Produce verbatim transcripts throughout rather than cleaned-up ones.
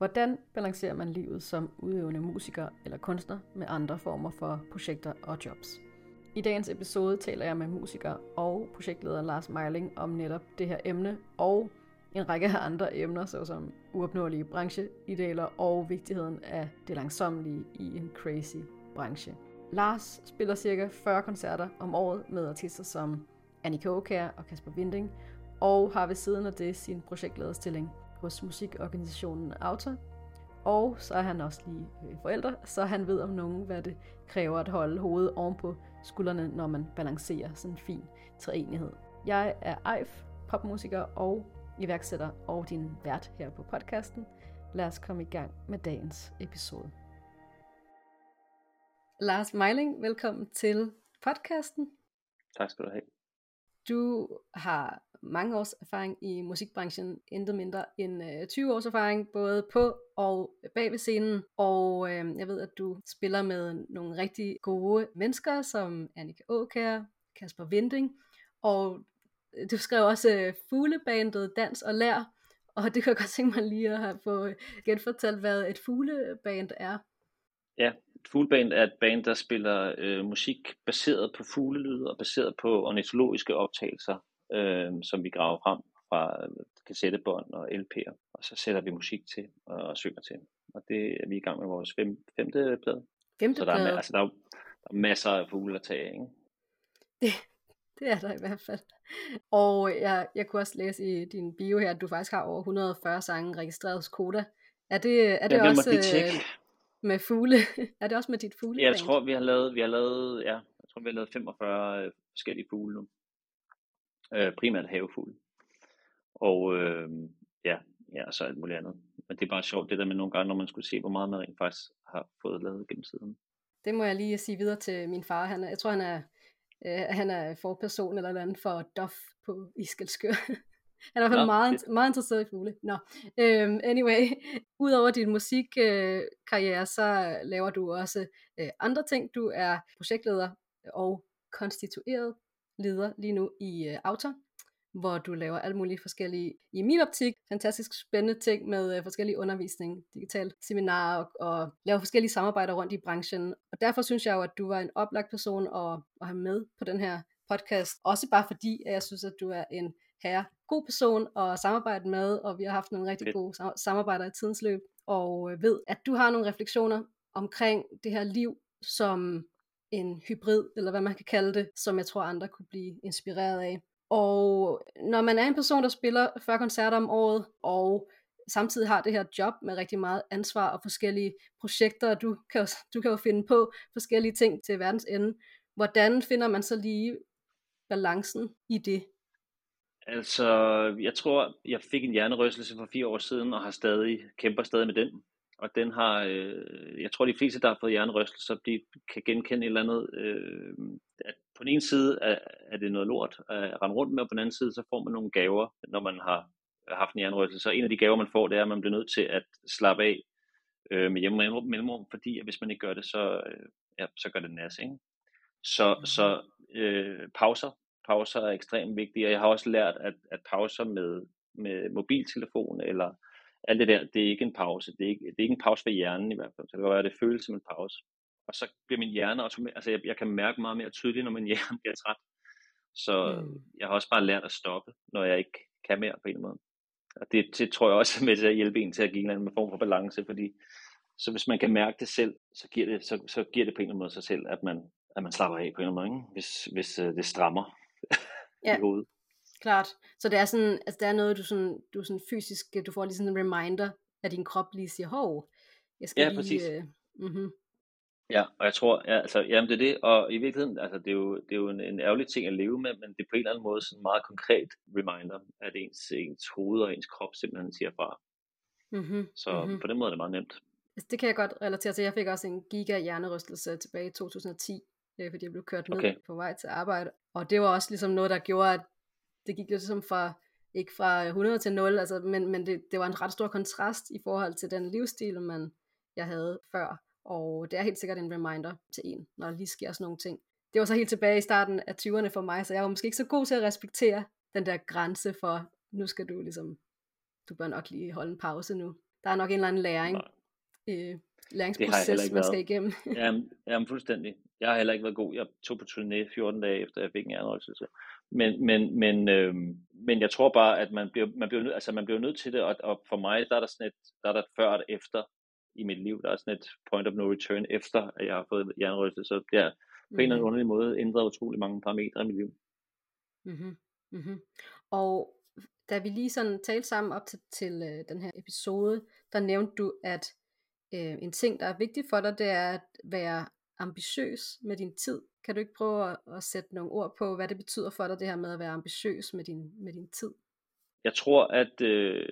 Hvordan balancerer man livet som udøvende musiker eller kunstner med andre former for projekter og jobs? I dagens episode taler jeg med musiker og projektleder Lars Meiling om netop det her emne og en række af andre emner, såsom uopnåelige brancheidealer og vigtigheden af det langsommelige i en crazy branche. Lars spiller cirka fyrre koncerter om året med artister som Annika Aakjær og Kasper Winding, og har ved siden af det sin projektlederstilling hos musikorganisationen Autor. Og så er han også lige forældre, så han ved om nogen, hvad det kræver at holde hovedet oven på skuldrene, når man balancerer sådan en fin treenighed. Jeg er Eif, popmusiker og iværksætter og din vært her på podcasten. Lad os komme i gang med dagens episode. Lars Meiling, velkommen til podcasten. Tak skal du have. Du har mange års erfaring i musikbranchen, intet mindre end tyve års erfaring, både på og bag ved scenen. Og øh, jeg ved, at du spiller med nogle rigtig gode mennesker, som Annika Aakjær, Kasper Winding, og du skrev også fuglebandet Dans og Lær, og det kan jeg godt tænke mig lige at have få genfortalt, hvad et fugleband er. Ja, et fugleband er et band, der spiller øh, musik baseret på fuglelyde og baseret på ornitologiske optagelser, øh, som vi graver frem fra kassettebånd og L P'er, og så sætter vi musik til og, og synger til. Og det er vi i gang med vores fem, femte plade. Femte så der plade? er, altså, der, er, der er masser af fugle at tage, ikke? Det, det er der i hvert fald. Og jeg, jeg kunne også læse i din bio her, at du faktisk har over et hundrede og fyrre sange registreret hos Koda. Er det, er det ja, også med fugle? Er det også med dit fugleband? Jeg tror, vi har lavet, vi har lavet, ja, jeg tror, vi har lavet femogfyrre forskellige fugle nu. Øh, primært havefugle. Og øh, ja, ja, så alt muligt andet. Men det er bare sjovt, det der med nogle gange, når man skulle se, hvor meget man rent faktisk har fået lavet gennem tiden. Det må jeg lige sige videre til min far. Han er, jeg tror, han er, øh, han er forperson eller andet for Duff på Iskelskør. Han er i hvert fald meget, meget interesseret i fugle. Nå, um, anyway, udover din musikkarriere, uh, så laver du også uh, andre ting. Du er projektleder og konstitueret leder lige nu i uh, Autor, hvor du laver alle mulige forskellige, i min optik, fantastisk spændende ting med uh, forskellige undervisning, digitale seminarer og, og laver forskellige samarbejder rundt i branchen. Og derfor synes jeg jo, at du var en oplagt person at, at have med på den her podcast. Også bare fordi, at jeg synes, at du er en herre, god person at samarbejde med, og vi har haft nogle rigtig gode samarbejder i tidens løb, og ved, at du har nogle refleksioner omkring det her liv som en hybrid, eller hvad man kan kalde det, som jeg tror andre kunne blive inspireret af. Og når man er en person, der spiller fyrre koncerter om året, og samtidig har det her job med rigtig meget ansvar og forskellige projekter, og du kan jo, du kan jo finde på forskellige ting til verdens ende, hvordan finder man så lige balancen i det? Altså, jeg tror, jeg fik en hjernerystelse for fire år siden, og har stadig, kæmper stadig med den. Og den har, øh, jeg tror, de fleste, der har fået hjernerystelser, de kan genkende et eller andet. Øh, at på den ene side er, er det noget lort at rende rundt med, og på den anden side, så får man nogle gaver, når man har haft en hjernerystelse. Så en af de gaver, man får, det er, at man bliver nødt til at slappe af øh, med hjemme mellemrum, fordi at hvis man ikke gør det, så, øh, ja, så gør det nas, ikke? Så, mm. så øh, pauser. Pauser er ekstremt vigtige, og jeg har også lært, at, at pauser med, med mobiltelefon eller alt det der, det er ikke en pause. Det er ikke, det er ikke en pause for hjernen i hvert fald. Så det kan være, at det føles som en pause. Og så bliver min hjerne automatisk, altså jeg, jeg kan mærke meget mere tydeligt, når min hjerne bliver træt. Så mm. jeg har også bare lært at stoppe, når jeg ikke kan mere på en måde. Og det, det tror jeg også er med til at hjælpe en til at give en eller anden form for balance, fordi så hvis man kan mærke det selv, så giver det, så, så giver det på en eller anden måde sig selv, at man, at man slapper af på en eller anden måde, ikke? Hvis, hvis uh, det strammer. Ja, klart. Så det er sådan, altså det er noget, du sådan, du sådan fysisk, du får lige sådan en reminder, at din krop lige siger, hov, jeg skal ja, lige... præcis. Øh, mm-hmm. Ja, og jeg tror, ja, altså, jamen det er det, og i virkeligheden, altså det er jo, det er jo en, en ærgerlig ting at leve med, men det er på en eller anden måde sådan en meget konkret reminder, at ens, ens hoved og ens krop simpelthen siger fra. Mm-hmm. Så mm-hmm. på den måde er det meget nemt. Altså, det kan jeg godt relatere til. Jeg fik også en giga hjernerystelse tilbage i to tusind og ti, fordi jeg blev kørt ned okay. på vej til arbejde. Og det var også ligesom noget, der gjorde, at det gik ligesom fra, ikke fra hundrede til nul, altså, men, men det, det var en ret stor kontrast i forhold til den livsstil, man, jeg havde før. Og det er helt sikkert en reminder til en, når der lige sker sådan nogle ting. Det var så helt tilbage i starten af tyverne for mig, så jeg var måske ikke så god til at respektere den der grænse for, nu skal du ligesom, du bør nok lige holde en pause nu. der er nok en eller anden læring, øh, læringsproces, man skal igennem. Jamen, jamen fuldstændig. Jeg har heller ikke været god. Jeg tog på turné fjorten dage efter, jeg fik en hjernerystelse. Men, men, men, øh, men jeg tror bare, at man bliver, man bliver, nød, altså man bliver nødt til det, og, og for mig, der er der sådan et, der er der før og efter i mit liv, der er sådan et point of no return efter, at jeg har fået hjernerystelse. Så det er på mm-hmm. en eller anden underlig måde ændret utrolig mange parametre i mit liv. Mm-hmm. Mm-hmm. Og da vi lige sådan talte sammen op til, til uh, den her episode, der nævnte du, at uh, en ting, der er vigtig for dig, det er at være ambitiøs med din tid. Kan du ikke prøve at, at sætte nogle ord på, hvad det betyder for dig, det her med at være ambitiøs med din, med din tid? Jeg tror, at øh,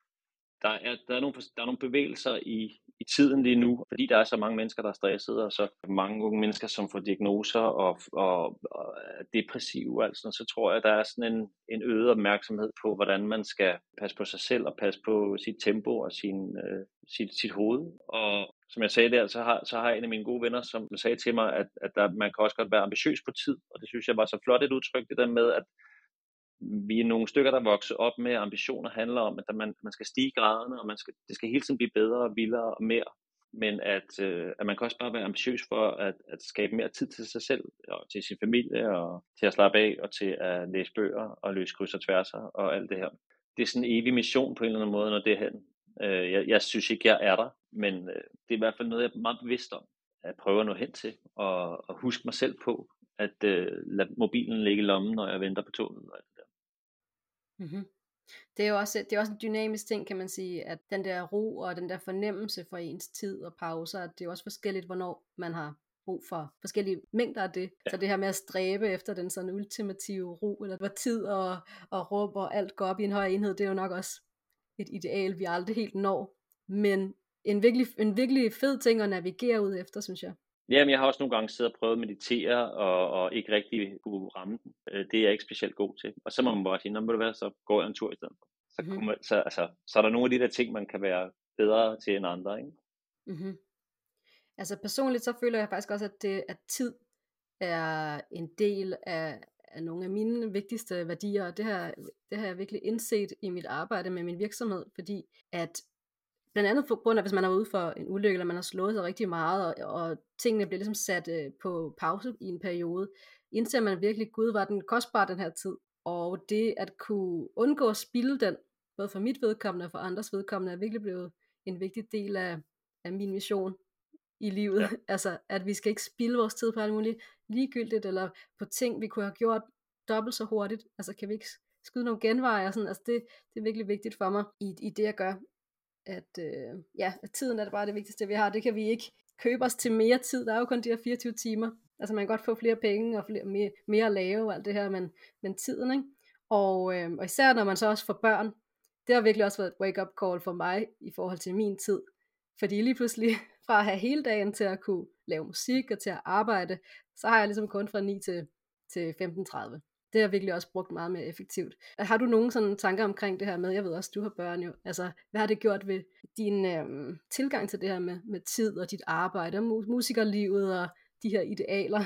der, er, der, er nogle, der er nogle bevægelser i, i tiden lige nu, fordi der er så mange mennesker, der er stressede, og så mange unge mennesker, som får diagnoser og, og, og er depressive, altså, så tror jeg, der er sådan en, en øget opmærksomhed på, hvordan man skal passe på sig selv og passe på sit tempo og sin, øh, sit, sit hoved. Og som jeg sagde der, så har, så har jeg en af mine gode venner, som sagde til mig, at, at der, man kan også godt være ambitiøs på tid, og det synes jeg var så flot et udtryk, det der med, at vi er nogle stykker, der vokser op med ambitioner, handler om, at man, man skal stige graderne, og man skal, det skal hele tiden blive bedre og vildere og mere. Men at, øh, at man kan også bare være ambitiøs for at, at skabe mere tid til sig selv, og til sin familie, og til at slappe af, og til at læse bøger, og løse kryds og tværser, og alt det her. Det er sådan en evig mission på en eller anden måde, når det er hen. Øh, jeg, jeg synes ikke, jeg er der, men øh, det er i hvert fald noget, jeg er meget bevidst om, at prøve at nå hen til, og, og huske mig selv på, at øh, lade mobilen ligge i lommen, når jeg venter på toget, og alt det der. Mm-hmm. Det er jo også, det er også en dynamisk ting, kan man sige, at den der ro og den der fornemmelse for ens tid og pauser, at det er også forskelligt, hvornår man har brug for forskellige mængder af det. Ja. Så det her med at stræbe efter den sådan ultimative ro, eller hvor tid og, og rum og alt går op i en høj enhed, det er jo nok også et ideal, vi aldrig helt når. Men en virkelig, en virkelig fed ting at navigere ud efter, synes jeg. Jamen, jeg har også nogle gange siddet og prøvet at meditere, og, og ikke rigtig kunne ramme den. Det er jeg ikke specielt god til. Og så må man bare sige, nå, må det være, så går jeg en tur i stedet for. Så, mm-hmm. man, så, altså, så er der nogle af de der ting, man kan være bedre til end andre, ikke? Mm-hmm. Altså personligt, så føler jeg faktisk også, at, det, at tid er en del af, af nogle af mine vigtigste værdier, og det har, det har jeg virkelig indset i mit arbejde med min virksomhed, fordi at blandt andet på grund af, hvis man er ude for en ulykke, eller man har slået sig rigtig meget, og, og tingene bliver ligesom sat øh, på pause i en periode, indser man virkelig, gud, var den kostbar den her tid. Og det at kunne undgå at spilde den, både for mit vedkommende og for andres vedkommende, er virkelig blevet en vigtig del af, af min mission i livet. Ja. Altså, at vi skal ikke spilde vores tid på alt muligt ligegyldigt, eller på ting, vi kunne have gjort dobbelt så hurtigt. Altså, kan vi ikke skyde nogle genveje og sådan. Altså, det, det er virkelig vigtigt for mig i, i det, jeg gør. At, øh, ja, at tiden er det bare det vigtigste, vi har. Det kan vi ikke købe os til mere tid. Der er jo kun de her fireogtyve timer. Altså man kan godt få flere penge og flere, mere, mere at lave og alt det her, men, men tiden, ikke? Og, øh, og især når man så også får børn, det har virkelig også været et wake-up call for mig i forhold til min tid. Fordi lige pludselig fra at have hele dagen til at kunne lave musik og til at arbejde, så har jeg ligesom kun fra ni til, til femten tredive. Det har jeg virkelig også brugt meget mere effektivt. Har du nogen sådan tanker omkring det her med, jeg ved også, du har børn jo, altså hvad har det gjort ved din øhm, tilgang til det her med, med tid og dit arbejde og mu- musikerlivet og de her idealer?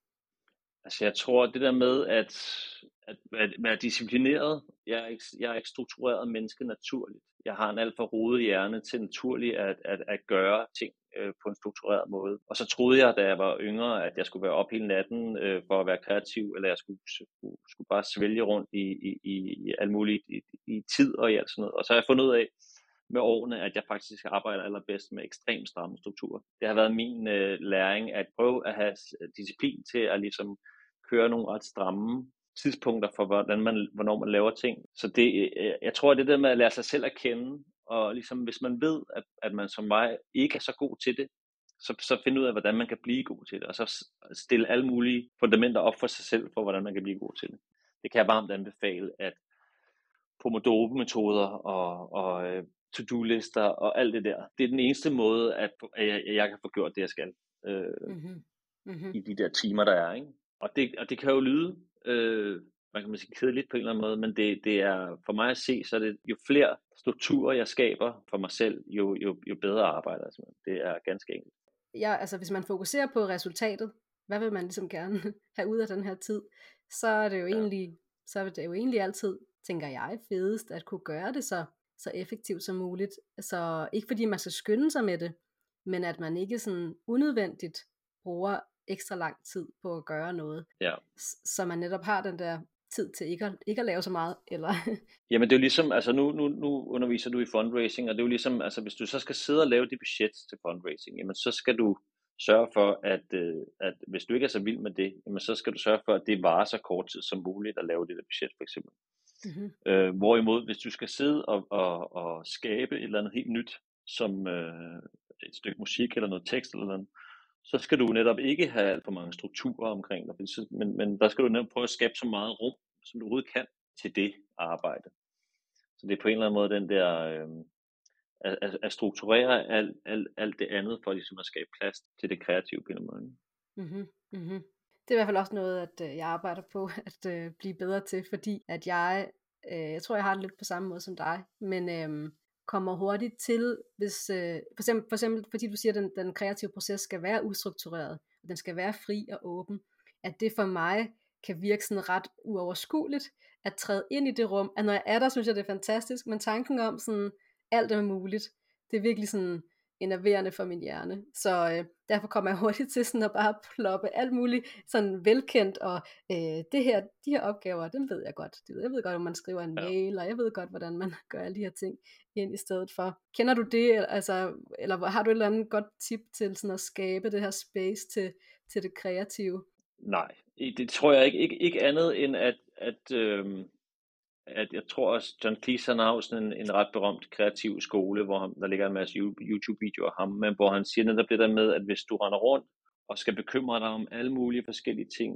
Altså jeg tror, det der med at, at, at være disciplineret, jeg er, ikke, jeg er ikke struktureret menneske naturligt. Jeg har en alt for rodet hjerne til naturligt at, at, at gøre ting øh, på en struktureret måde. Og så troede jeg, da jeg var yngre, at jeg skulle være op hele natten øh, for at være kreativ, eller jeg skulle, skulle, skulle bare svælge rundt i, i, i, i alt muligt i, i tid og i alt sådan noget. Og så har jeg fundet ud af med årene, at jeg faktisk arbejder allerbedst med ekstremt stramme strukturer. Det har været min øh, læring at prøve at have disciplin til at ligesom køre nogle ret stramme tidspunkter for, hvordan man, hvornår man laver ting. Så det, jeg tror, det der med at lære sig selv at kende, og ligesom, hvis man ved, at, at man som mig ikke er så god til det, så, så finde ud af, hvordan man kan blive god til det, og så stille alle mulige fundamenter op for sig selv, for hvordan man kan blive god til det. Det kan jeg varmt anbefale, at Pomodoro-metoder og, og to-do-lister og alt det der, det er den eneste måde, at jeg, jeg kan få gjort det, jeg skal, øh, mm-hmm. Mm-hmm. i de der timer, der er, ikke? Og det, og det kan jo lyde, øh, man kan sige kedeligt på en eller anden måde, men det, det er for mig at se, så er det jo flere strukturer, jeg skaber for mig selv, jo, jo, jo bedre arbejder jeg. Det er ganske enkelt. Ja, altså hvis man fokuserer på resultatet, hvad vil man ligesom gerne have ud af den her tid, så er det jo ja. egentlig, så er det jo egentlig altid, tænker jeg, fedest at kunne gøre det så, så effektivt som muligt. Så ikke fordi man skal skynde sig med det, men at man ikke sådan unødvendigt bruger ekstra lang tid på at gøre noget. Ja. Så man netop har den der tid til ikke at, ikke at lave så meget. Eller Jamen det er jo ligesom, altså nu, nu, nu underviser du i fundraising, og det er jo ligesom, altså hvis du så skal sidde og lave det budget til fundraising, jamen så skal du sørge for, at, øh, at hvis du ikke er så vild med det, jamen så skal du sørge for, at det varer så kort tid som muligt at lave det der budget for eksempel. Mm-hmm. Øh, hvorimod, hvis du skal sidde og, og, og skabe et eller andet helt nyt, som øh, et stykke musik eller noget tekst eller noget, så skal du netop ikke have alt for mange strukturer omkring dig, men, men der skal du netop prøve at skabe så meget rum, som du overhovedet kan til det arbejde. Så det er på en eller anden måde den der, øh, at, at strukturere alt, alt, alt det andet, for ligesom at skabe plads til det kreative på en eller anden måde. Mm-hmm. Mm-hmm. Det er i hvert fald også noget, at øh, jeg arbejder på at øh, blive bedre til, fordi at jeg, øh, jeg tror jeg har det lidt på samme måde som dig, men øh, kommer hurtigt til, hvis, øh, for, eksempel, for eksempel fordi du siger, at den, den kreative proces skal være ustruktureret, og den skal være fri og åben, at det for mig kan virke sådan ret uoverskueligt, at træde ind i det rum, at når jeg er der, synes jeg det er fantastisk, men tanken om sådan, alt er muligt, det er virkelig sådan enerverende for min hjerne, så øh, derfor kommer jeg hurtigt til sådan at bare ploppe alt muligt sådan velkendt, og øh, det her, de her opgaver, dem ved jeg godt, jeg ved godt, hvordan man skriver en mail, og jeg ved godt, hvordan man gør alle de her ting ind i stedet for. Kender du det, altså, eller har du et eller andet godt tip til sådan at skabe det her space til, til det kreative? Nej, det tror jeg ikke, ikke, ikke andet end at, at øh... at jeg tror også, John Cleese har jo sådan en, en ret berømt kreativ skole, hvor han, der ligger en masse YouTube-videoer af ham, men hvor han siger netop det der med, at hvis du render rundt og skal bekymre dig om alle mulige forskellige ting,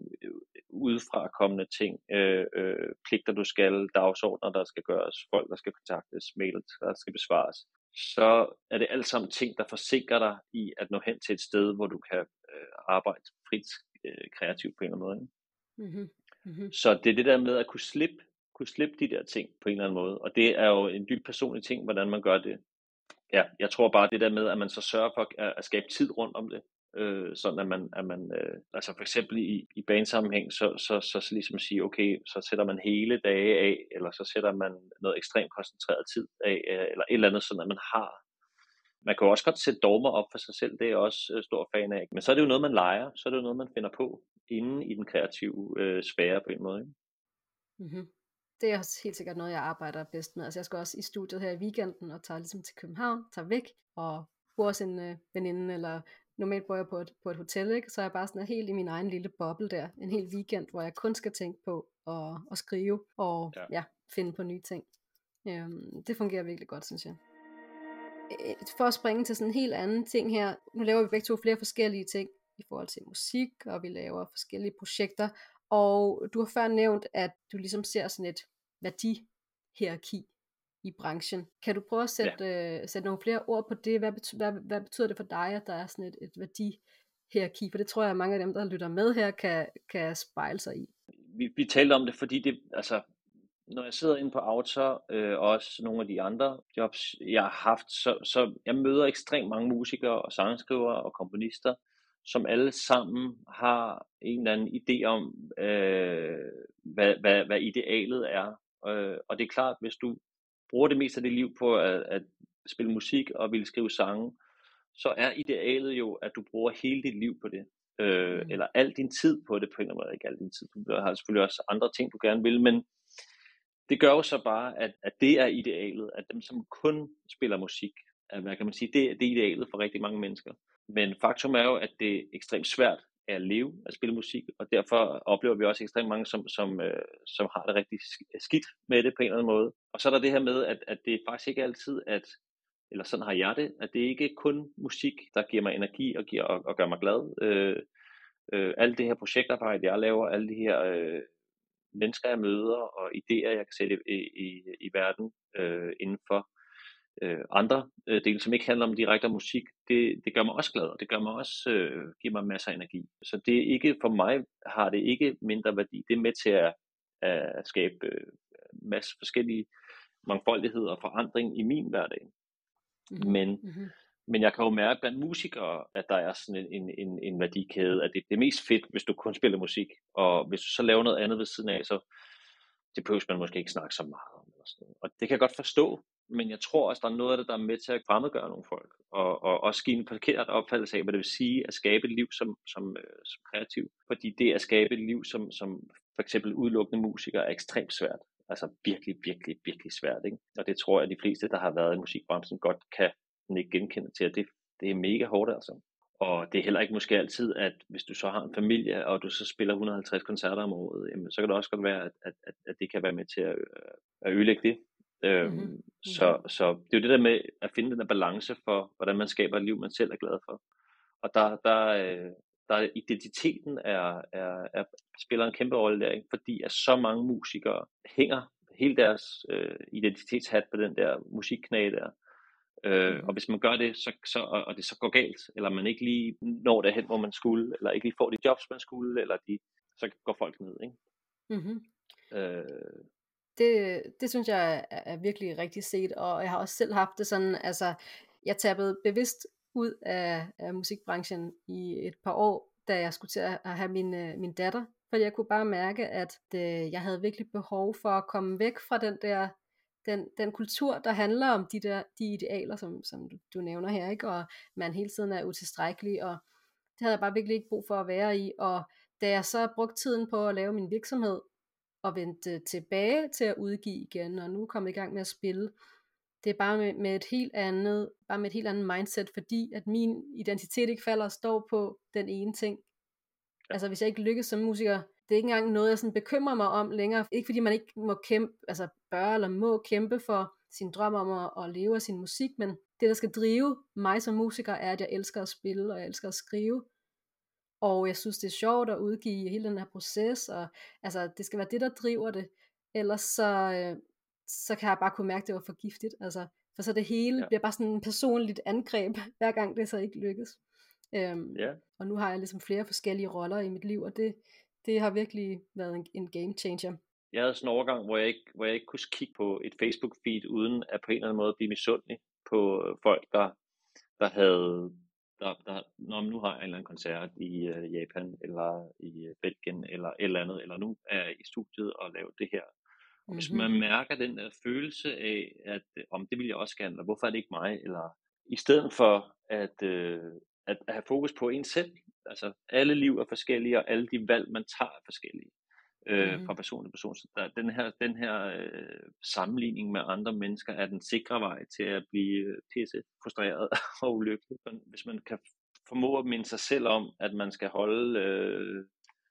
udefra kommende ting, øh, øh, pligter du skal, dagsordner der skal gøres, folk der skal kontaktes, mail der skal besvares, så er det alt sammen ting, der forsinker dig i at nå hen til et sted, hvor du kan øh, arbejde frit øh, kreativt på en eller anden måde. Mm-hmm. Mm-hmm. Så det er det der med at kunne slippe kunne slippe de der ting på en eller anden måde, og det er jo en dybt personlig ting, hvordan man gør det. Ja, jeg tror bare det der med, at man så sørger for at, at skabe tid rundt om det, øh, sådan at man, at man øh, altså for eksempel i, i banesammenhæng, så, så, så, så ligesom sige, okay, så sætter man hele dage af, eller så sætter man noget ekstremt koncentreret tid af, eller et eller andet, sådan at man har. Man kan jo også godt sætte dogmer op for sig selv, det er jeg også øh, stor fan af, men så er det jo noget, man leger, så er det jo noget, man finder på, inde i den kreative øh, sfære på en måde, ikke? Mm-hmm. Det er også helt sikkert noget, jeg arbejder bedst med. Altså jeg skal også i studiet her i weekenden, og tager ligesom til København, tager væk, og bor hos en øh, veninde, eller normalt bor jeg på et, på et hotel, ikke? Så er jeg bare sådan helt i min egen lille boble der, en hel weekend, hvor jeg kun skal tænke på at, at skrive, og ja. Ja, finde på nye ting. Øhm, det fungerer virkelig godt, synes jeg. For at springe til sådan en helt anden ting her, nu laver vi begge to flere forskellige ting, i forhold til musik, og vi laver forskellige projekter, og du har før nævnt, at du ligesom ser sådan et værdihierarki i branchen. Kan du prøve at sætte, ja. øh, sætte nogle flere ord på det? Hvad betyder, hvad, hvad betyder det for dig, at der er sådan et, et værdihierarki? For det tror jeg, at mange af dem, der lytter med her, kan, kan spejle sig i. Vi, vi talte om det, fordi det, altså, når jeg sidder inde på Autor, øh, og også nogle af de andre jobs, jeg har haft, så, så jeg møder ekstremt mange musikere og sangskrivere og komponister, som alle sammen har en eller anden idé om, øh, hvad, hvad, hvad idealet er. Øh, og det er klart, hvis du bruger det meste af dit liv på at, at spille musik og ville skrive sange, så er idealet jo, at du bruger hele dit liv på det. Øh, mm. Eller al din tid på det på en eller anden måde. Ikke al din tid. Du har selvfølgelig også andre ting, du gerne vil, men det gør jo så bare, at, at det er idealet. At dem, som kun spiller musik, at, hvad kan man sige, det, det er idealet for rigtig mange mennesker. Men faktum er jo, at det er ekstremt svært at leve, at spille musik, og derfor oplever vi også ekstremt mange, som, som, øh, som har det rigtig skidt med det på en eller anden måde. Og så er der det her med, at, at det faktisk ikke altid, at, eller sådan har jeg det, at det ikke kun musik, der giver mig energi og, giver, og, og gør mig glad. Øh, øh, alt det her projektarbejde, jeg laver, alle de her øh, mennesker, jeg møder, og idéer, jeg kan sætte i, i, i verden øh, inden for Øh, andre øh, dele, som ikke handler om direkte om musik, det, det gør mig også glad, og det gør mig også, øh, giver mig masser af energi. Så det er ikke, for mig har det ikke mindre værdi. Det er med til at, at skabe øh, masse forskellige mangfoldighed og forandring i min hverdag. Mm-hmm. Men, mm-hmm. men jeg kan jo mærke blandt musikere, at der er sådan en, en, en værdikæde, at det, det er mest fedt, hvis du kun spiller musik, og hvis du så laver noget andet ved siden af, så det behøver man måske ikke snakke så meget om. Eller sådan noget. Og det kan jeg godt forstå, men jeg tror også, der er noget af det, der er med til at fremmedgøre nogle folk, og, og også give en forkert opfattelse af, hvad det vil sige at skabe et liv som, som, øh, som kreativ. Fordi det at skabe et liv som, som for eksempel udelukkende musiker er ekstremt svært. Altså virkelig, virkelig, virkelig svært, ikke? Og det tror jeg, at de fleste, der har været i musikbranchen, godt kan ikke genkende til, at det, det er mega hårdt, altså. Og det er heller ikke måske altid, at hvis du så har en familie, og du så spiller et hundrede og halvtreds koncerter om året, jamen, så kan det også godt være, at, at, at det kan være med til at, at ødelægge det. Øhm, Mhm. Mhm. så, så det er jo det der med at finde den der balance for, hvordan man skaber et liv, man selv er glad for. Og der, der, øh, der identiteten er, er, er, spiller en kæmpe rolle der, ikke? Fordi at så mange musikere hænger hele deres øh, identitetshat på den der musikknage der. Øh, Mhm. og hvis man gør det, så, så, og, og det så går galt, eller man ikke lige når derhen, hvor man skulle, eller ikke lige får de jobs, man skulle, eller de, så går folk ned, ikke? Mhm. Øh, Det, det synes jeg er, er virkelig rigtig set, og jeg har også selv haft det sådan, altså, jeg tappede bevidst ud af, af musikbranchen i et par år, da jeg skulle til at at have min, øh, min datter, fordi jeg kunne bare mærke, at øh, jeg havde virkelig behov for at komme væk fra den der, den, den kultur, der handler om de der de idealer, som, som du, du nævner her, ikke? Og man hele tiden er utilstrækkelig, og det havde jeg bare virkelig ikke brug for at være i, og da jeg så brugte tiden på at lave min virksomhed, og vendte tilbage til at udgive igen, og nu er kommet i gang med at spille. Det er bare med, med et helt andet, bare med et helt andet mindset, fordi at min identitet ikke falder og står på den ene ting. Ja. Altså hvis jeg ikke lykkes som musiker, det er ikke engang noget, jeg sådan bekymrer mig om længere. Ikke fordi man ikke må kæmpe, altså bør eller må kæmpe for sin drøm om at, at leve af sin musik, men det der skal drive mig som musiker, er, at jeg elsker at spille, og jeg elsker at skrive. Og jeg synes, det er sjovt at udgive hele den her proces, og altså, det skal være det, der driver det. Ellers så, øh, så kan jeg bare kunne mærke, at det var for giftigt. Altså, for så det hele Ja. bliver bare sådan et personligt angreb, hver gang det så ikke lykkes. Øhm, Ja. Og nu har jeg ligesom flere forskellige roller i mit liv, og det, det har virkelig været en, en game changer. Jeg havde sådan en overgang, hvor jeg ikke, hvor jeg ikke kunne kigge på et Facebook-feed, uden at på en eller anden måde blive misundelig på øh, folk, der, der havde, der, der, når nu har jeg en eller anden koncert i øh, Japan, eller i øh, Belgien, eller et eller andet, eller nu er jeg i studiet og laver det her. Og hvis Mhm. man mærker den der følelse af, at øh, om det vil jeg også gerne, eller hvorfor er det ikke mig, eller i stedet for at, øh, at, at have fokus på en selv, altså alle liv er forskellige, og alle de valg, man tager er forskellige. Øh, Mhm. fra person til person. Så der, den her, den her øh, sammenligning med andre mennesker er den sikre vej til at blive øh, pisse frustreret og ulykkelig. Men hvis man kan formå at minde sig selv om, at man skal holde, øh,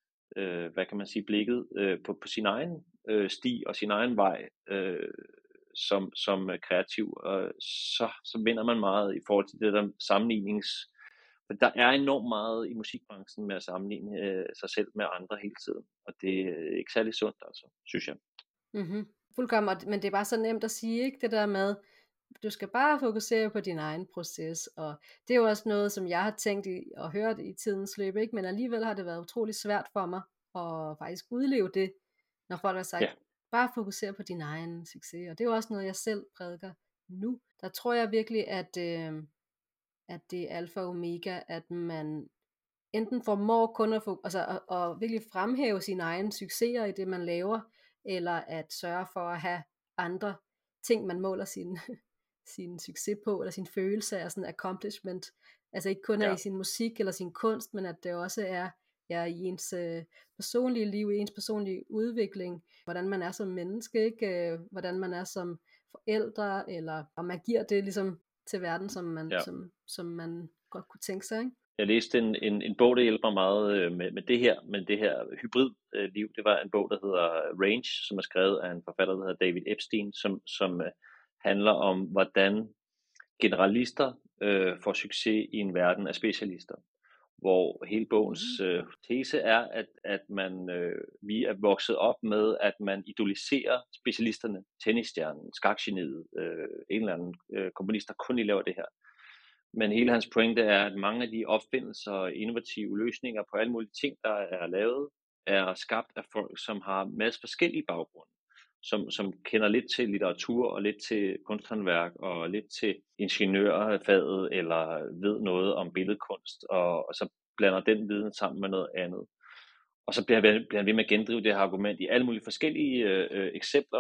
øh, hvad kan man sige, blikket øh, på, på sin egen øh, sti og sin egen vej øh, som, som kreativ, og så, så vinder man meget i forhold til det der sammenlignings. For der er enormt meget i musikbranchen med at sammenligne øh, sig selv med andre hele tiden, og det er ikke særlig sundt, altså, synes jeg. Mhm. Fuldkommen, og- men det er bare så nemt at sige, ikke? Det der med, du skal bare fokusere på din egen proces, og det er jo også noget, som jeg har tænkt i, og hørt i tidens løb, ikke? Men alligevel har det været utrolig svært for mig at faktisk udleve det, når folk har sagt, Ja, bare fokusere på din egen succes, og det er jo også noget, jeg selv prædiker nu. Der tror jeg virkelig, at, øh, at det er alfa og omega, at man enten formår kun at, få, altså, at, at virkelig fremhæve sine egne succeser i det, man laver, eller at sørge for at have andre ting, man måler sin, sin succes på, eller sin følelse af sådan accomplishment. Altså ikke kun er ja, i sin musik eller sin kunst, men at det også er, er i ens øh, personlige liv, i ens personlige udvikling, hvordan man er som menneske, ikke? Øh, hvordan man er som forældre, eller om man giver det ligesom til verden, som man, ja. som, som man godt kunne tænke sig, ikke? Jeg læste en, en, en bog, der hjælper mig meget øh, med, med det her, med det her hybridliv. Det var en bog, der hedder Range, som er skrevet af en forfatter, der hedder David Epstein, som, som øh, handler om, hvordan generalister øh, får succes i en verden af specialister. Hvor hele bogens øh, tese er, at, at man, øh, vi er vokset op med, at man idoliserer specialisterne, tennisstjernen, skakgeniet, øh, en eller anden øh, komponist, der kun lige laver det her. Men hele hans pointe er, at mange af de opfindelser og innovative løsninger på alle mulige ting, der er lavet, er skabt af folk, som har en masse forskellige baggrunde. Som, som kender lidt til litteratur og lidt til kunsthåndværk og lidt til ingeniørfaget eller ved noget om billedkunst, og, og så blander den viden sammen med noget andet. Og så bliver han, bliver han ved med at gendrive det her argument i alle mulige forskellige øh, eksempler,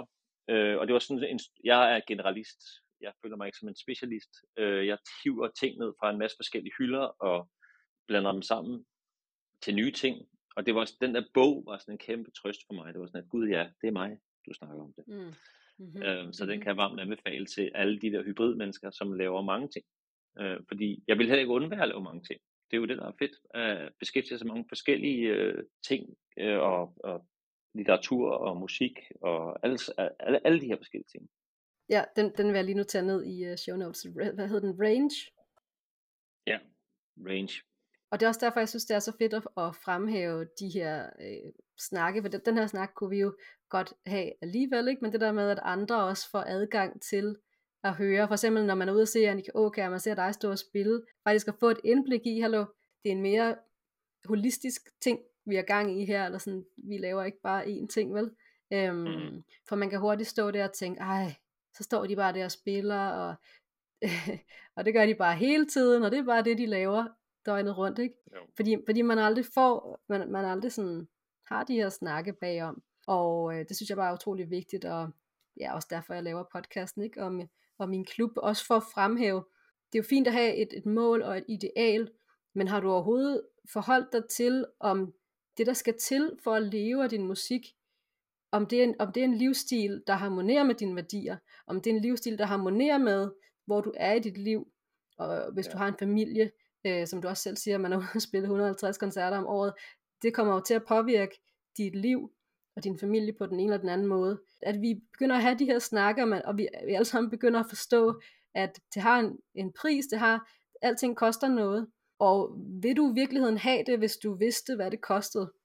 Øh, og det var sådan en, jeg er generalist. Jeg føler mig ikke som en specialist. Øh, jeg hiver ting ned fra en masse forskellige hylder og blander dem sammen til nye ting. Og det var den der bog var sådan en kæmpe trøst for mig. Det var sådan at gud ja, det er mig, du snakker om det. Mm. Mm-hmm. Øh, så mm-hmm. den kan jeg varmt anbefale til alle de der hybridmennesker, som laver mange ting. Øh, fordi jeg vil heller ikke undvære at lave mange ting. Det er jo det, der er fedt. At beskæftige sig med mange forskellige øh, ting øh, og, og litteratur og musik og alle, alle, alle de her forskellige ting. Ja, den, den vil jeg lige nu tage ned i uh, show notes. Hvad hedder den? Range? Ja, Range. Og det er også derfor, jeg synes, det er så fedt at, at fremhæve de her øh, snakke, for den her snak kunne vi jo godt have alligevel, ikke? Men det der med, at andre også får adgang til at høre, for eksempel når man er ude og se Annika Aakjær, man ser dig stå og spille, faktisk at få et indblik i, hallo, det er en mere holistisk ting, vi er gang i her, eller sådan, vi laver ikke bare én ting, vel? Øhm, mm. For man kan hurtigt stå der og tænke, ej, så står de bare der og spiller, og, og det gør de bare hele tiden, og det er bare det, de laver døgnet rundt, ikke? Fordi, fordi man aldrig får, man, man aldrig sådan har de her snakke bagom, og øh, det synes jeg bare er utrolig vigtigt, og ja, også derfor jeg laver podcasten, ikke? Om, om min klub, også for at fremhæve, det er jo fint at have et, et mål og et ideal, men har du overhovedet forholdt dig til, om det der skal til for at leve af din musik, om det, er en, om det er en livsstil, der harmonerer med dine værdier, om det er en livsstil, der harmonerer med, hvor du er i dit liv, og hvis ja. du har en familie, øh, som du også selv siger, man er ude at spille et hundrede og halvtreds koncerter om året, det kommer jo til at påvirke dit liv og din familie på den ene eller den anden måde. At vi begynder at have de her snakker, og vi, vi alle sammen begynder at forstå, at det har en, en pris, det har, alting koster noget, og vil du i virkeligheden have det, hvis du vidste, hvad det kostede?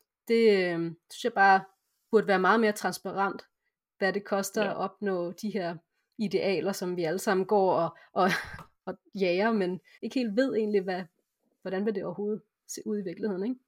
Det øh, synes jeg bare burde være meget mere transparent, hvad det koster ja. at opnå de her idealer, som vi alle sammen går og, og, og jager, men ikke helt ved egentlig, hvad, hvordan vil det overhovedet se ud i virkeligheden, ikke?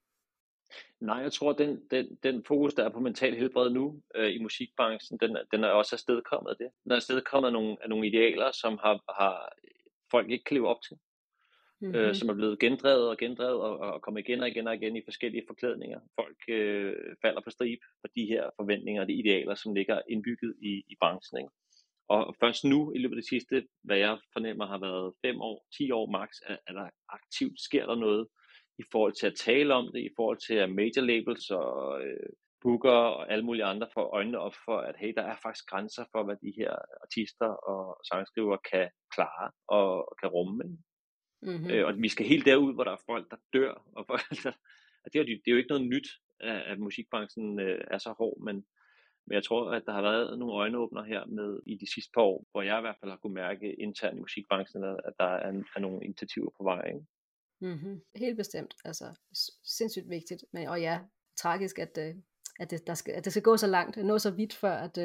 Nej, jeg tror, den, den, den fokus, der er på mental helbred nu øh, i musikbranchen, den, den er også afstedkommet af det. Den er afstedkommet af nogle, af nogle idealer, som har, har folk ikke kan leve op til. Mm-hmm. Øh, som er blevet gendrevet og gendrevet og, og kommer igen og igen og igen i forskellige forklædninger. Folk øh, falder på strib for de her forventninger og de idealer, som ligger indbygget i, i branchen. Ikke? Og først nu, i løbet af det sidste, hvad jeg fornemmer har været fem år, ti år max, er, er der aktivt sker der noget i forhold til at tale om det, i forhold til at major labels og øh, booker og alle mulige andre får øjnene op for, at hey, der er faktisk grænser for, hvad de her artister og sangskrivere kan klare og, og kan rumme. Ikke? Mm-hmm. Øh, og vi skal helt derud, hvor der er folk, der dør. Og folk, der, og det, er jo, det er jo ikke noget nyt, at musikbranchen øh, er så hård, men, men jeg tror, at der har været nogle øjenåbner her med i de sidste par år, hvor jeg i hvert fald har kunne mærke internt i musikbranchen, at der er, er nogle initiativer på vej. Ikke? Mm-hmm. Helt bestemt. Altså, sindssygt vigtigt. Men, og ja, tragisk, at, at, det, der skal, at det skal gå så langt, nå så vidt, før at,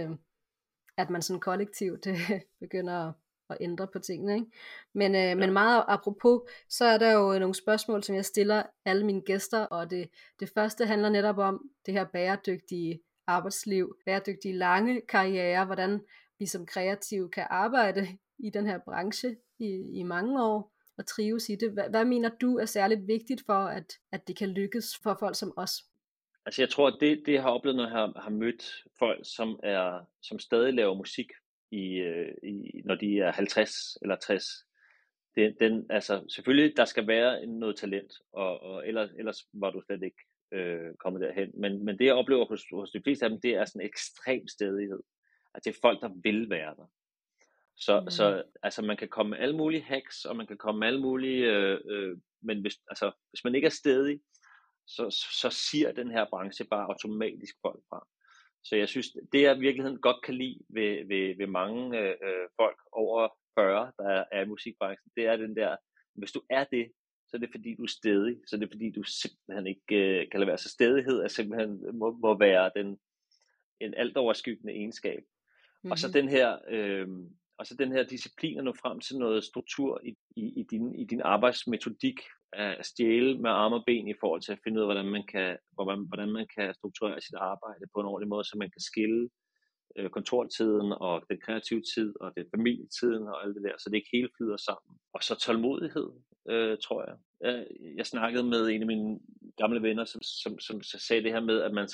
at man sådan kollektivt begynder at og ændre på tingene, ikke? Men, øh, ja. men meget apropos, så er der jo nogle spørgsmål, som jeg stiller alle mine gæster, og det, det første handler netop om det her bæredygtige arbejdsliv, bæredygtige lange karriere, hvordan vi som kreative kan arbejde i den her branche i, i mange år, og trives i det. Hvad, hvad mener du er særligt vigtigt for, at, at det kan lykkes for folk som os? Altså jeg tror, at det, det jeg har oplevet, når jeg har, har mødt folk, som, er, som stadig laver musik, I, i, når de er halvtreds eller tres. Det, den, altså, selvfølgelig, der skal være noget talent, og, og ellers, ellers var du slet ikke øh, kommet derhen. Men, men det, jeg oplever hos, hos de fleste af dem, det er sådan en ekstrem stædighed. Altså, det er folk, der vil være der. Så, mm. så altså, man kan komme med alle mulige hacks, og man kan komme med alle mulige... Øh, øh, men hvis, altså, hvis man ikke er stædig, så, så, så siger den her branche bare automatisk folk fra. Så jeg synes, det jeg i virkeligheden godt kan lide ved, ved, ved mange øh, folk over fyrre, der er i musikbranchen, det er den der, hvis du er det, så er det fordi du er stædig, så er det fordi du simpelthen ikke øh, kan lade være. Så stædighed er simpelthen, må, må være den, en alt overskyggende egenskab. Mm-hmm. Og så den her, øh, og så den her disciplin at nå frem til noget struktur i, i, i, din, i din arbejdsmetodik, at stjæle med arme og ben i forhold til at finde ud af, hvordan man kan, hvordan, hvordan man kan strukturere sit arbejde på en ordentlig måde, så man kan skille øh, kontortiden og den kreative tid og den familietiden og alt det der, så det ikke hele flyder sammen. Og så tålmodighed, øh, tror jeg. jeg. Jeg snakkede med en af mine gamle venner, som, som, som sagde det her med, at man skal,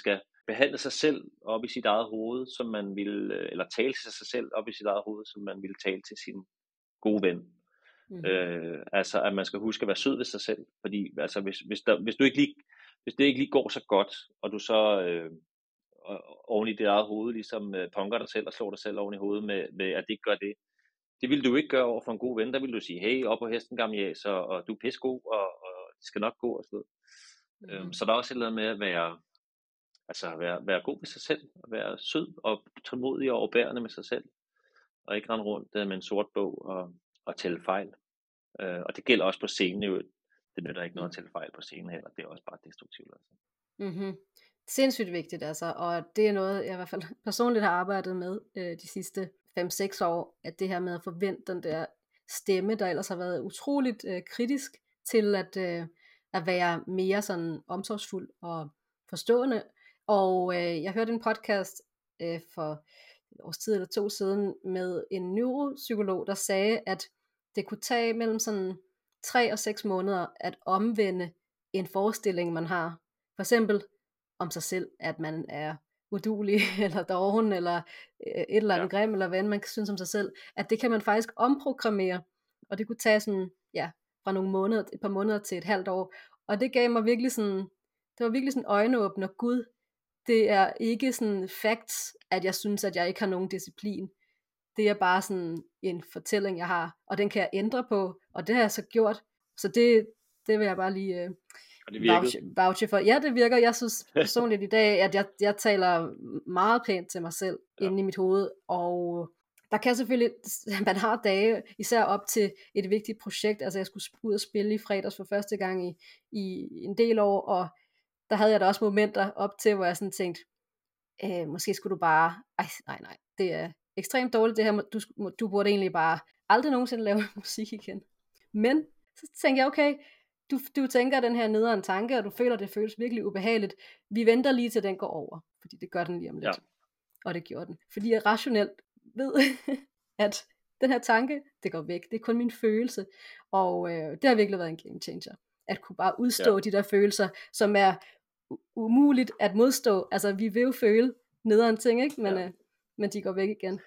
behandle sig selv op i sit eget hoved, som man ville, eller tale til sig selv op i sit eget hoved, som man ville tale til sin gode ven. Mm-hmm. Øh, altså at man skal huske at være sød ved sig selv, fordi altså hvis, hvis, der, hvis, du ikke lige, hvis det ikke lige går så godt, og du så øh, oven i dit eget hoved ligesom øh, punker dig selv og slår dig selv oven i hovedet med, med at det ikke gør det, det vil du ikke gøre over for en god ven. Der vil du sige, hey, op på hesten gammel jæs, og, og du er pissegod, og, og det skal nok gå og sådan noget. Mm-hmm. øhm, så der er også et eller andet med at være altså være, være god ved sig selv, og være sød og tålmodig og overbærende med sig selv, og ikke rende rundt med en sort bog og, og tælle fejl. Øh, og det gælder også på scenen jo. Det nytter ikke noget at tælle fejl på scenen heller. Det er også bare destruktivt. Altså. Mm-hmm. Sindssygt vigtigt altså, og det er noget, jeg i hvert fald personligt har arbejdet med øh, de sidste fem seks år, at det her med at forvente den der stemme, der ellers har været utroligt øh, kritisk til at, øh, at være mere sådan omsorgsfuld og forstående. Og øh, jeg hørte en podcast øh, for et års tid eller to siden med en neuropsykolog, der sagde, at det kunne tage mellem sådan tre og seks måneder at omvende en forestilling, man har. For eksempel om sig selv, at man er uduelig, eller doven, eller et eller andet ja. grim, eller hvad man synes om sig selv, at det kan man faktisk omprogrammere, og det kunne tage sådan, ja, fra nogle måneder, et par måneder til et halvt år, og det gav mig virkelig sådan, det var virkelig sådan øjenåbner, gud, det er ikke sådan facts, at jeg synes, at jeg ikke har nogen disciplin, det er bare sådan en fortælling, jeg har, og den kan jeg ændre på, og det har jeg så gjort, så det, det vil jeg bare lige øh, vouche, vouche for. Ja, det virker. Jeg synes personligt i dag, at jeg, jeg taler meget pænt til mig selv ja. inde i mit hoved, og der kan selvfølgelig, man har dage, især op til et vigtigt projekt, altså jeg skulle ud og spille i fredags for første gang i, i en del år, og der havde jeg da også momenter op til, hvor jeg sådan tænkte, øh, måske skulle du bare, ej, nej, nej, det er ekstremt dårligt det her, du, du burde egentlig bare aldrig nogensinde lave musik igen. Men så tænkte jeg, okay, du, du tænker den her nederen tanke, og du føler, det føles virkelig ubehageligt. Vi venter lige til den går over, fordi det gør den lige om lidt. Ja. Og det gjorde den. Fordi jeg rationelt ved, at den her tanke, det går væk. Det er kun min følelse. Og øh, det har virkelig været en game changer. At kunne bare udstå ja. de der følelser, som er u- umuligt at modstå. Altså, vi vil jo føle nederen ting, ikke? Men, ja. øh, men de går væk igen.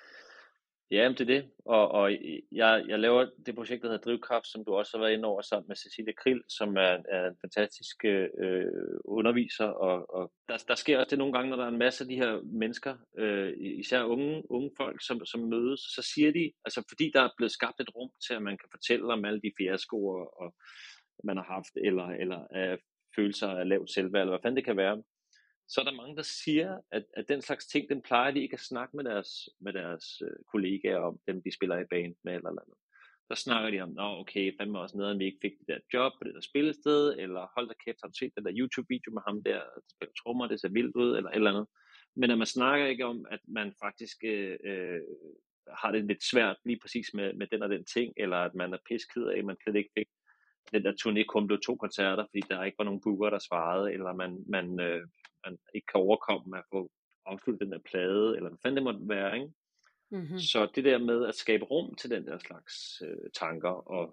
Ja, det er det, og, og jeg, jeg laver det projekt, der hedder Drivkraft, som du også har været inde over sammen med Cecilie Krill, som er, er en fantastisk øh, underviser, og, og der, der sker også det nogle gange, når der er en masse af de her mennesker, øh, især unge, unge folk, som, som mødes, så siger de, altså fordi der er blevet skabt et rum til, at man kan fortælle om alle de fiaskoer, og man har haft, eller, eller af følelser af lavt selvværd, eller hvad fanden det kan være, så er der mange, der siger, at, at den slags ting, den plejer de ikke at snakke med deres, med deres øh, kollegaer om, dem de spiller i band med eller andet. Så snakker de om, nå okay, fandme også noget, at vi ikke fik det der job på det der spillested, eller hold da kæft, har du set den der YouTube-video med ham der, der spiller trommer, det ser vildt ud, eller et eller andet. Men at man snakker ikke om, at man faktisk øh, øh, har det lidt svært lige præcis med, med den og den ting, eller at man er pisked af, at man slet ikke fik den der turné kun blev to koncerter, fordi der ikke var nogen booker, der svarede, eller man, man, øh, man ikke kan overkomme at få afsluttet den der plade, eller hvad fanden det måtte være, ikke? Mm-hmm. Så det der med at skabe rum til den der slags øh, tanker, og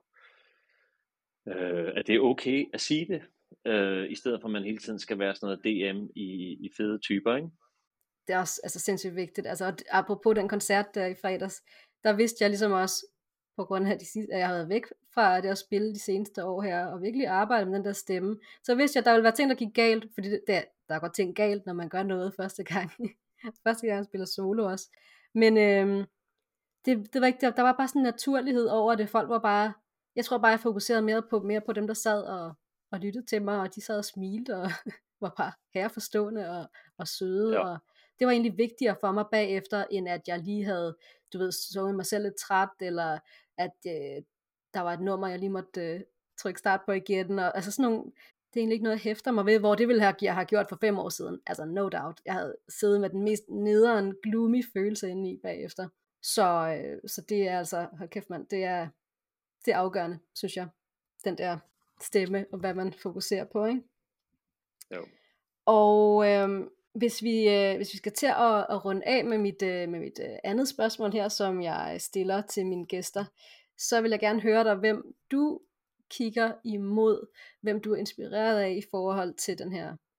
øh, at det er okay at sige det, øh, i stedet for at man hele tiden skal være sådan noget D M i, i fede typer, ikke? Det er også altså, sindssygt vigtigt. Altså, apropos den koncert der i fredags, der vidste jeg ligesom også, på grund af, de sidste, at jeg havde været væk fra det at spille de seneste år her, og virkelig arbejde med den der stemme, så vidste jeg, at der ville være ting, der gik galt, fordi det, der, der går ting galt, når man gør noget første gang. første gang jeg spiller solo også. Men øhm, det, det var ikke, der, der var bare sådan en naturlighed over det. Folk var bare, jeg tror bare, jeg fokuserede mere på, mere på dem, der sad og, og lyttede til mig, og de sad og smilte, og var bare herreforstående og, og søde, ja. Og det var egentlig vigtigere for mig bagefter, end at jeg lige havde, du ved, så mig selv lidt træt, eller at øh, der var et nummer, jeg lige måtte øh, trykke start på igen, og altså sådan nogle, det er egentlig ikke noget, jeg hæfter mig ved, hvor det ville jeg have gjort for fem år siden, altså no doubt, jeg havde siddet med den mest nederen, gloomy følelse inde i bagefter, så, øh, så det er altså, hold kæft mand, det er, det er afgørende, synes jeg, den der stemme, og hvad man fokuserer på, ikke? Jo. Og øh, Hvis vi, øh, hvis vi skal til at, at runde af med mit, øh, med mit øh, andet spørgsmål her, som jeg stiller til mine gæster, så vil jeg gerne høre dig, hvem du kigger imod, hvem du er inspireret af i forhold til den her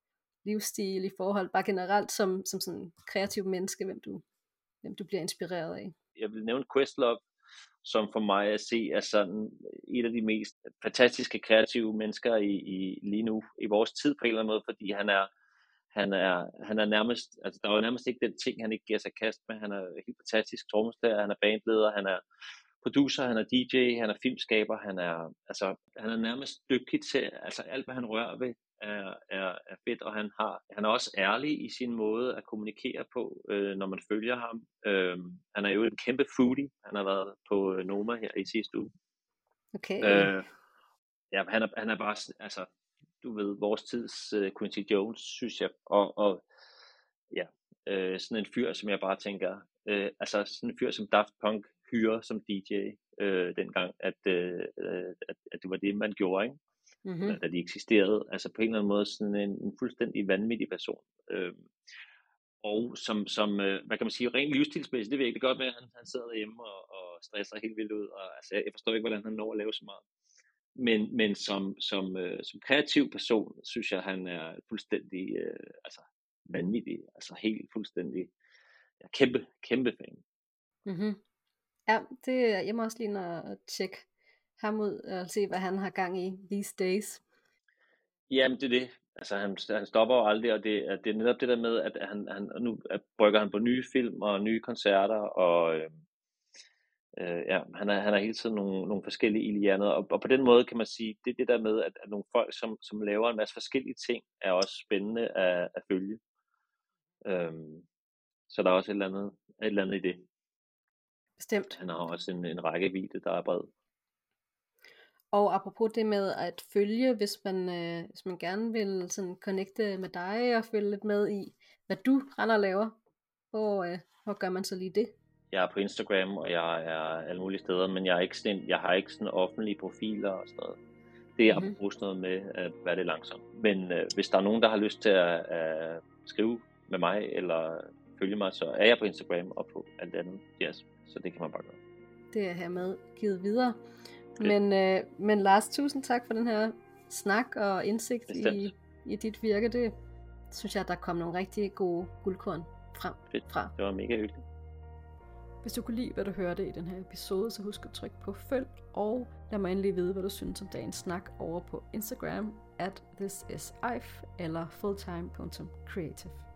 livsstil, i forhold, bare generelt som, som sådan kreativ menneske, hvem du, hvem du bliver inspireret af? Jeg vil nævne Questlove, som for mig at se er sådan et af de mest fantastiske kreative mennesker i, i lige nu i vores tid på en eller anden måde, fordi han er han er han er nærmest, altså der er jo nærmest ikke den ting han ikke giver sig kast med. Han er helt fantastisk trommeslager, han er bandleder, han er producer, han er D J, han er filmskaber, han er altså han er nærmest dygtig til, altså alt hvad han rører ved er, er, er fedt, og han har han er også ærlig i sin måde at kommunikere på, øh, når man følger ham. Øh, han er jo en kæmpe foodie. Han har været på Noma her i sidste uge. Okay. Øh, ja, han er han er bare altså du ved vores tids uh, Quincy Jones, synes jeg, og og ja, øh, sådan en fyr som jeg bare tænker, øh, altså sådan en fyr som Daft Punk hyre som D J øh, dengang, at, øh, at, at det var det, man gjorde, ikke? Mm-hmm. Da de eksisterede. Altså på en eller anden måde sådan en, en fuldstændig vanvittig person. Øh, og som, som øh, hvad kan man sige, rent livsstilsmæssigt, det ved jeg ikke godt med, at han, han sidder derhjemme og, og stresser helt vildt ud, og altså, jeg forstår ikke, hvordan han når at lave så meget. Men, men som, som, øh, som kreativ person, synes jeg, han er fuldstændig øh, altså, vanvittig, altså helt fuldstændig, jeg er kæmpe, kæmpe fan. Mhm. Ja, det, jeg må også lige nå at tjekke ham ud og se, hvad han har gang i these days. Jamen, det er det. Altså, han, han stopper jo aldrig, og det, det er netop det der med, at han, han nu brygger han på nye film og nye koncerter, og øh, øh, ja, han har han er hele tiden nogle, nogle forskellige ild i hjernet, og, og på den måde kan man sige, det er det der med, at, at nogle folk, som, som laver en masse forskellige ting, er også spændende at, at følge. Øh, så der er også et eller andet, et eller andet i det. Bestemt. Han har også en, en rækkevidde, der er bred. Og apropos det med at følge, hvis man, øh, hvis man gerne vil sådan connecte med dig og følge lidt med i, hvad du render og laver, hvor, øh, hvor gør man så lige det? Jeg er på Instagram, og jeg er alle mulige steder, men jeg, er ikke sådan, jeg har ikke sådan offentlige profiler og sådan noget. Det er mm-hmm. apropos noget med at være lidt langsom. Men øh, hvis der er nogen, der har lyst til at, at skrive med mig, eller følge mig, så er jeg på Instagram og på alt andet. Yes. Så det kan man bare gøre. Det er hermed givet videre. Men, øh, men Lars, tusind tak for den her snak og indsigt i, i dit virke. Det synes jeg, der kom nogle rigtig gode guldkorn frem fra. Det var mega hyggeligt. Hvis du kunne lide, hvad du hørte i den her episode, så husk at trykke på følg, og lad mig endelig vide, hvad du synes om dagens snak over på Instagram at thisisaif eller fulltime punktum creative.